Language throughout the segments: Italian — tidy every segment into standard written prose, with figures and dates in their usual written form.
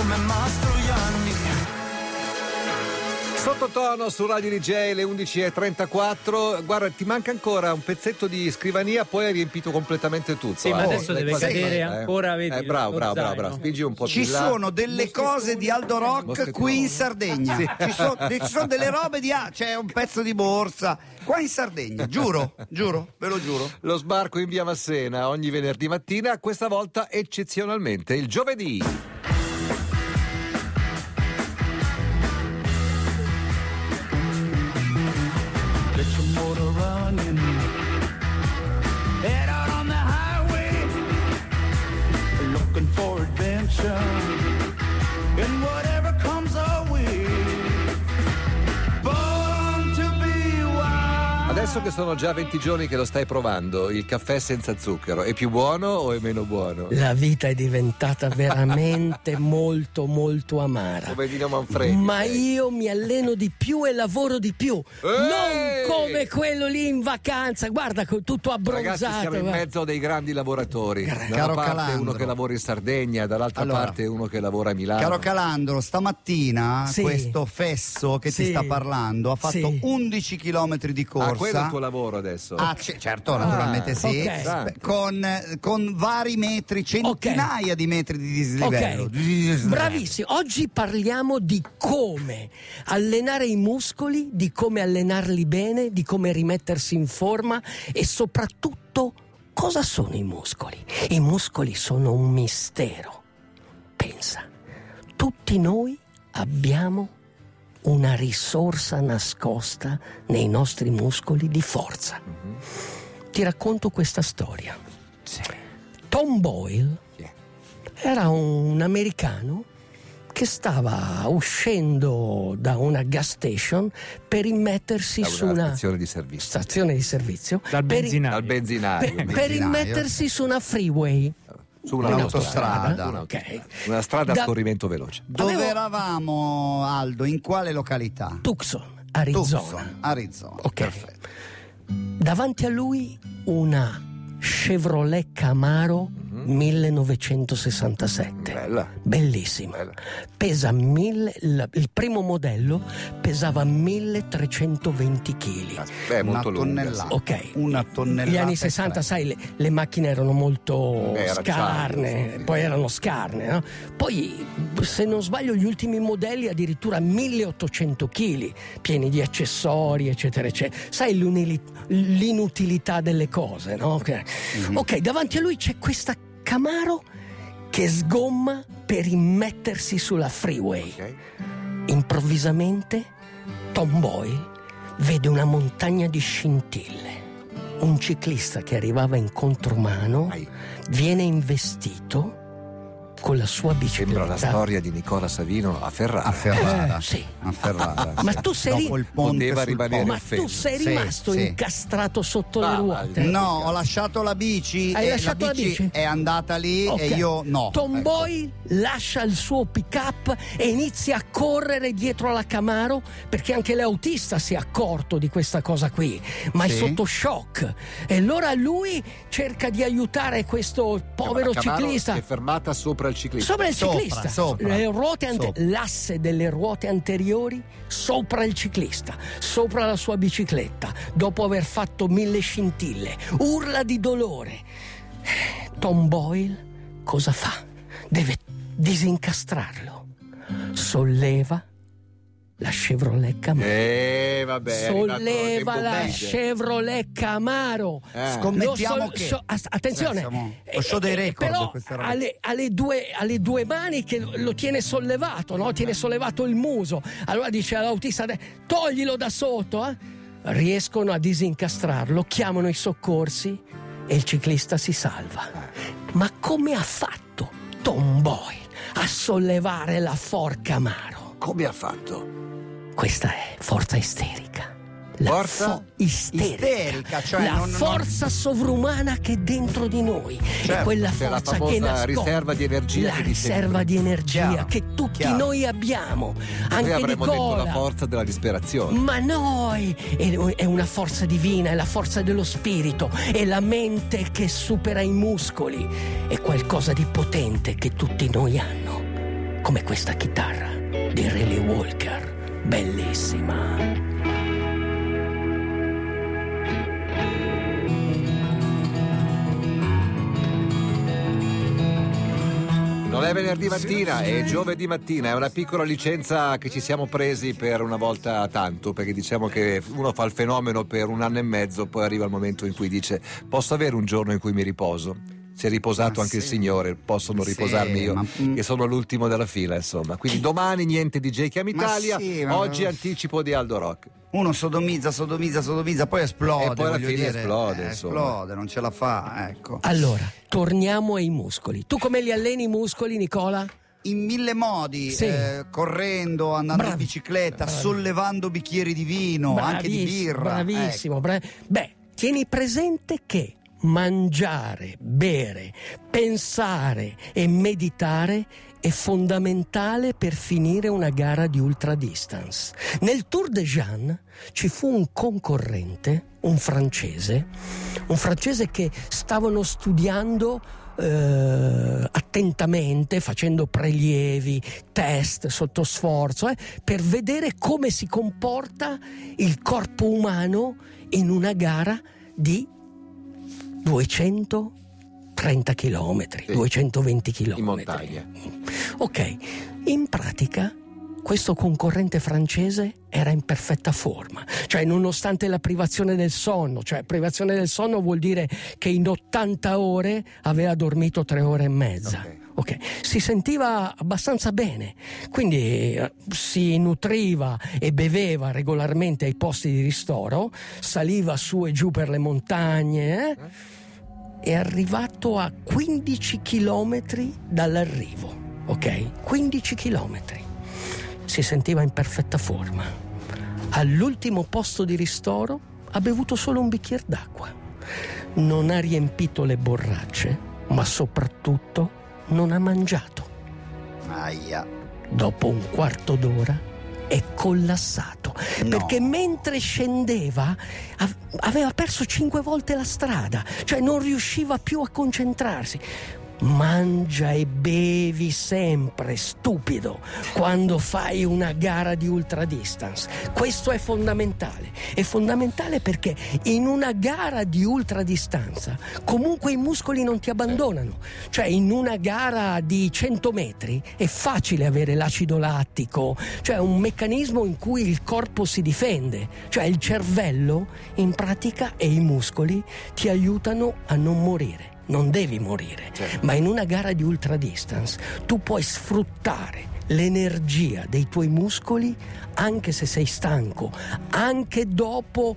come Mastroianni. Sottotono su Radio DJ, le 11:34. Guarda, ti manca ancora un pezzetto di scrivania, poi hai riempito completamente tutto. Sì, ma adesso deve cadere ancora, vedi. Bravo, spingi un po' Ci più là. sono delle cose di Aldo Rock qui in Sardegna. Sì. Ci sono delle robe di c'è un pezzo di borsa qua in Sardegna, giuro, ve lo giuro. Lo sbarco in via Massena ogni venerdì mattina, questa volta eccezionalmente il giovedì. Get your motor running. Head out on the highway, looking for adventure, and whatever comes our way. Born to be wild. Adesso che sono già 20 giorni che lo stai provando, il caffè senza zucchero, è più buono o è meno buono? La vita è diventata veramente molto molto amara. Come Dino Manfredi. Ma io mi alleno di più e lavoro di più. Non come quello lì in vacanza, guarda, tutto abbronzato. Ragazzi, siamo in mezzo a dei grandi lavoratori. Da una Caro parte Calandro. uno che lavora in Sardegna, dall'altra parte uno che lavora a Milano. Caro Calandro, stamattina Sì. questo fesso che ti Sì. sta parlando ha fatto Sì. 11 chilometri di corsa. Quello è il tuo lavoro adesso? Certo, naturalmente sì. ok. Con vari metri, centinaia di metri di dislivello. Ok, bravissimo. Oggi parliamo di come allenare i muscoli, di come allenarli bene, di come rimettersi in forma e soprattutto cosa sono i muscoli. I muscoli sono un mistero. Pensa, tutti noi abbiamo una risorsa nascosta nei nostri muscoli di forza. Ti racconto questa storia. Tom Boyle era un americano che stava uscendo da una gas station per immettersi su una stazione di servizio. stazione di servizio Dal benzinaio. Al benzinaio. per immettersi su una freeway, Su un'autostrada. ok. Una strada a Da- scorrimento veloce. Dove Avevo- eravamo, Aldo? In quale località? Tucson, Arizona. Tucson, Arizona. Ok. Perfetto. Davanti a lui una Chevrolet Camaro 1967. Bella. Bellissima. Bella. Pesa il primo modello pesava 1320 kg. Beh, Una molto lunga. tonnellata. Ok. Una tonnellata. Gli anni e 60, tre. sai, le macchine erano molto Era scarne, acciaio, sì. poi erano scarne, no? Poi, se non sbaglio, gli ultimi modelli addirittura 1800 kg, pieni di accessori, eccetera, eccetera. Sai l'inutilità delle cose, no? Ok, davanti a lui c'è questa Camaro che sgomma per immettersi sulla freeway. Ok. Improvvisamente Tom Boyle vede una montagna di scintille. Un ciclista che arrivava in contromano viene investito con la sua Sembra la bicicletta. storia di Nicola Savino a Ferrara. A Ferrara. Sì. A Ferrara. Ma tu sei Dopo il ponte Poteva sul rimanere ponte. Ma fermo. tu sei Sì, rimasto sì. incastrato sotto le Ah, ruote. No, ho lasciato la bici. Hai e lasciato la bici? è andata lì Ok. e io no. Tom Ecco. Boyle lascia il suo pick-up e inizia a correre dietro alla Camaro, perché anche l'autista si è accorto di questa cosa qui, ma è Sì. sotto shock. E allora lui cerca di aiutare questo povero La Camaro ciclista. si è fermata sopra il ciclista. Sopra il ciclista, sopra. Le ruote Sopra. l'asse delle ruote anteriori sopra il ciclista, sopra la sua bicicletta, dopo aver fatto 1000 scintille, urla di dolore. Tom Boyle cosa fa? Deve disincastrarlo. Solleva la Chevrolet Camaro. Vabbè. Solleva la tempo Chevrolet Camaro. Scommettiamo Lo che attenzione, siamo lo show dei record, però questa roba. alle due mani che lo tiene sollevato, no? Tiene sollevato il muso. Allora dice all'autista: toglilo da sotto, eh? Riescono a disincastrarlo, chiamano i soccorsi e il ciclista si salva. Ma come ha fatto Tom Boyle a sollevare la Ford Camaro? Come ha fatto? Questa è forza isterica. La Forza isterica, cioè la forza sovrumana che è dentro di noi. Certo, è quella c'è la forza famosa che nasconde. riserva di energia La che dice- riserva di energia Chiaro, che tutti chiaro. noi abbiamo. Noi Anche avremmo detto Nicola. la forza della disperazione. Ma noi è una forza divina, è la forza dello spirito, è la mente che supera i muscoli, è qualcosa di potente che tutti noi hanno. come questa chitarra di Riley Walker, bellissima. Non è venerdì mattina, è giovedì mattina, è una piccola licenza che ci siamo presi per una volta tanto, perché diciamo che uno fa il fenomeno per 1 anno e mezzo, poi arriva il momento in cui dice: posso avere un giorno in cui mi riposo? Si è riposato anche il Signore, posso non riposarmi io, che sono l'ultimo della fila, insomma. Quindi domani niente DJ Chiama Italia, oggi anticipo di Aldo Rock. Uno sodomizza, poi esplode. E poi alla fine dire, esplode, esplode, non ce la fa, ecco. Allora, torniamo ai muscoli. Tu come li alleni i muscoli, Nicola? In 1000 modi, Sì. Correndo, andando in bicicletta, sollevando bicchieri di vino, anche di birra. Bravissimo. Beh, tieni presente che mangiare, bere, pensare e meditare è fondamentale per finire una gara di ultra distance. Nel Tour de Jeanne ci fu un concorrente, un francese che stavano studiando attentamente, facendo prelievi, test sotto sforzo, per vedere come si comporta il corpo umano in una gara di 230 chilometri, 220 chilometri. In montagna. Ok, in pratica questo concorrente francese era in perfetta forma, cioè nonostante la privazione del sonno, privazione del sonno vuol dire che in 80 ore aveva dormito 3 ore e mezza. Ok, si sentiva abbastanza bene, quindi si nutriva e beveva regolarmente ai posti di ristoro, saliva su e giù per le montagne, è arrivato a 15 chilometri dall'arrivo, ok? 15 chilometri. Si sentiva in perfetta forma. All'ultimo posto di ristoro ha bevuto solo un bicchiere d'acqua. Non ha riempito le borracce, ma soprattutto non ha mangiato. Aia. Dopo un quarto d'ora è collassato, perché mentre scendeva aveva perso 5 volte la strada, cioè non riusciva più a concentrarsi. Mangia e bevi sempre, stupido, quando fai una gara di ultra distance. Questo è fondamentale perché in una gara di ultra distanza comunque i muscoli non ti abbandonano. Cioè in una gara di 100 metri è facile avere l'acido lattico, cioè un meccanismo in cui il corpo si difende, cioè il cervello in pratica e i muscoli ti aiutano a non morire. Non devi morire, ma in una gara di ultra distance tu puoi sfruttare l'energia dei tuoi muscoli anche se sei stanco, anche dopo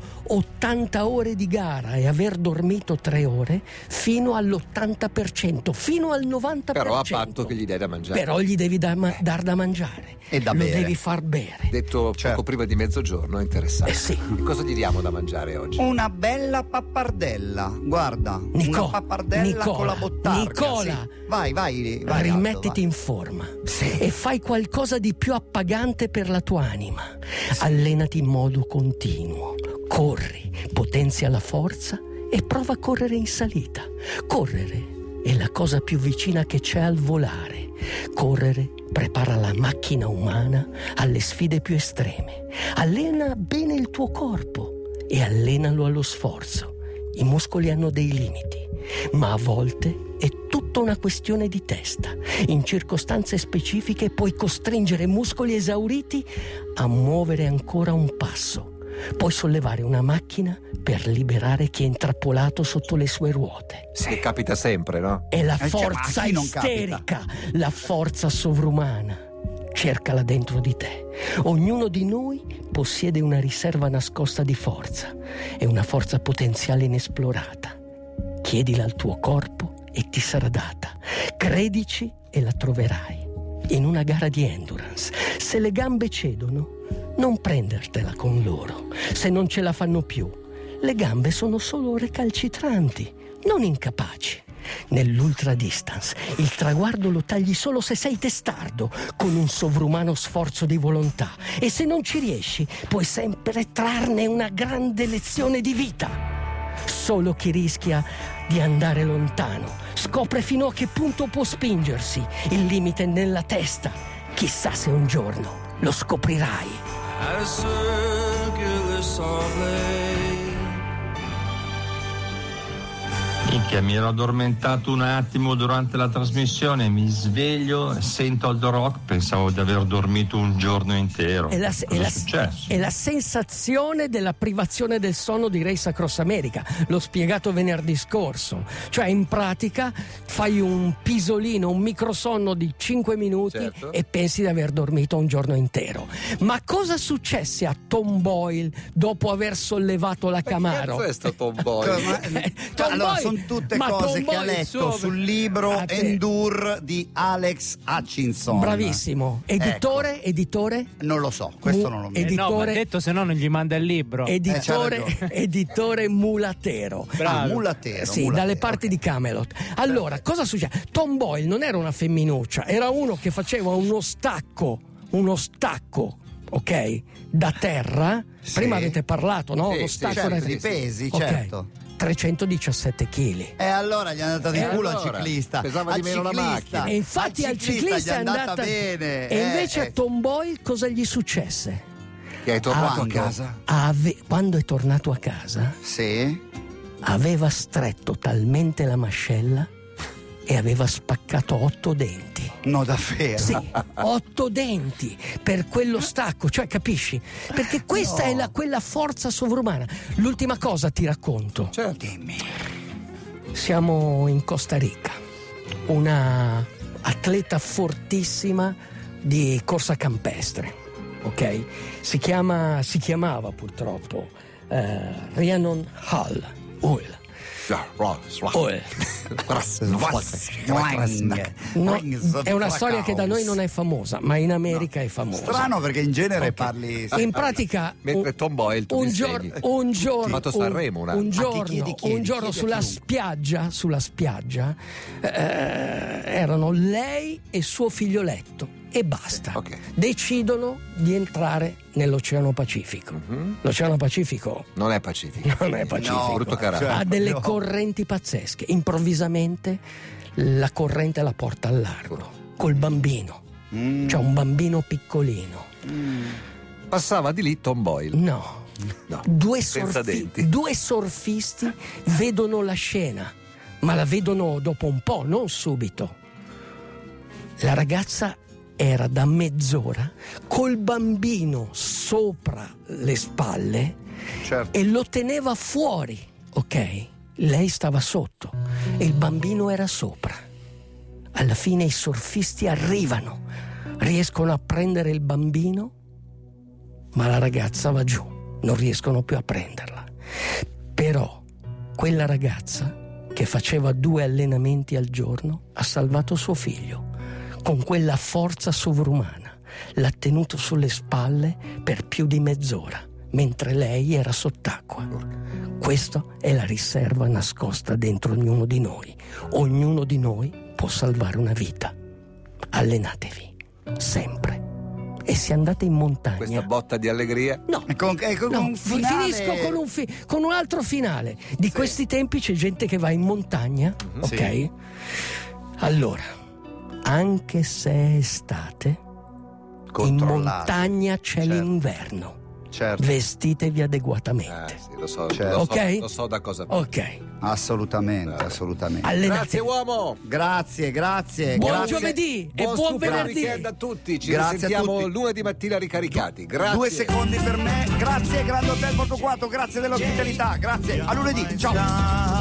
80 ore di gara e aver dormito 3 ore, fino all'80%, fino al 90%. Però a patto che gli dai da mangiare. Però gli devi dar da mangiare. E da Lo bere. devi far bere. Detto poco prima di mezzogiorno, è interessante. Sì. Cosa gli diamo da mangiare oggi? Una bella pappardella, guarda, una pappardella con la bottarga. Nicola, sì. Vai, rimettiti Aldo, in forma, Sì. e fai qualcosa di più appagante per la tua anima. Allenati in modo continuo, corri, potenzia la forza e prova a correre in salita. Correre è la cosa più vicina che c'è al volare. Correre prepara la macchina umana alle sfide più estreme. Allena bene il tuo corpo e allenalo allo sforzo. I muscoli hanno dei limiti, ma a volte è tutta una questione di testa. In circostanze specifiche puoi costringere muscoli esauriti a muovere ancora un passo. Puoi sollevare una macchina per liberare chi è intrappolato sotto le sue ruote. Che capita sempre, no? È la ma forza a chi non isterica, la forza sovrumana. Cercala dentro di te. Ognuno di noi possiede una riserva nascosta di forza e una forza potenziale inesplorata. Chiedila al tuo corpo e ti sarà data. Credici e la troverai. In una gara di endurance, se le gambe cedono, non prendertela con loro. Se non ce la fanno più, le gambe sono solo recalcitranti, non incapaci. Nell'ultra distance il traguardo lo tagli solo se sei testardo, con un sovrumano sforzo di volontà, e se non ci riesci puoi sempre trarne una grande lezione di vita. Solo chi rischia di andare lontano scopre fino a che punto può spingersi. Il limite è nella testa, Chissà se un giorno lo scoprirai. At a circular saw blade. Minchia, mi ero addormentato un attimo durante la trasmissione, mi sveglio, sento Aldo Rock, pensavo di aver dormito un giorno intero. Cosa è successo? È la sensazione della privazione del sonno di Race Across America, l'ho spiegato venerdì scorso. Cioè, in pratica fai un pisolino, un microsonno di 5 minuti, certo, e pensi di aver dormito un giorno intero. Ma cosa successe a Tom Boyle dopo aver sollevato la Camaro? Che è stato Tom Boyle? Allora, sono tutte cose che ha letto sul libro Endure di Alex Hutchinson. Bravissimo. Editore? Editore? Non lo so, questo non lo so. No, ma ha detto, se no non gli manda il libro. Editore Mulatero. Mulatero. Sì, Mulatero, dalle parti di Camelot. Allora, cosa succede? Tom Boyle non era una femminuccia, era uno che faceva uno stacco, ok? Da terra. Sì. Prima avete parlato, no? Sì, Lo stacco certo, di pesi, okay. certo. 317 kg. E allora gli è andata di culo al ciclista. Pesava di meno la macchina. E infatti al ciclista è andata bene. E invece a Tom Boyle cosa gli successe? Che è tornato a casa? Quando è tornato a casa, sì, aveva stretto talmente la mascella e aveva spaccato 8 denti. No, davvero? Sì, 8 denti per quello stacco, cioè capisci? Perché questa è quella forza sovrumana. L'ultima cosa ti racconto. Certo. Dimmi. Siamo in Costa Rica. Una atleta fortissima di corsa campestre, ok? Si chiamava purtroppo Rhiannon Hull. No, è una storia che da noi non è famosa, ma in America è famosa. Strano, perché in genere parli. In pratica, mentre Tom Boyle tu un giorno sulla spiaggia erano lei e suo figlioletto e basta. Okay. Decidono di entrare nell'Oceano Pacifico. L'Oceano Pacifico non è Pacifico. No, brutto carattere. Ha delle correnti pazzesche. Improvvisamente la corrente la porta al largo col bambino. C'è un bambino piccolino. Passava di lì Tom Boyle. No. Due surfisti vedono la scena, ma la vedono dopo un po', non subito. La ragazza era da mezz'ora col bambino sopra le spalle, certo, e lo teneva fuori, ok? Lei stava sotto e il bambino era sopra. Alla fine i surfisti arrivano, riescono a prendere il bambino, ma la ragazza va giù, non riescono più a prenderla. Però quella ragazza, che faceva 2 allenamenti al giorno, ha salvato suo figlio. Con quella forza sovrumana l'ha tenuto sulle spalle per più di mezz'ora, mentre lei era sott'acqua. Questa è la riserva nascosta dentro ognuno di noi. Ognuno di noi può salvare una vita. Allenatevi, sempre. E se andate in montagna... Questa botta di allegria? No, un finale... finisco con un altro finale. Di questi tempi c'è gente che va in montagna, ok? Sì. Allora, anche se è estate, in montagna c'è l'inverno. Certo. Vestitevi adeguatamente. Sì, lo so, certo. Okay? lo so da cosa. Ok. Assolutamente. Grazie uomo. Grazie. Buon giovedì e buon venerdì. Weekend a tutti. Ci Grazie risentiamo lunedì mattina ricaricati. Grazie. 2 secondi per me. Grazie Grande Hotel Porto 4, grazie dell'ospitalità. Grazie. A lunedì. Ciao.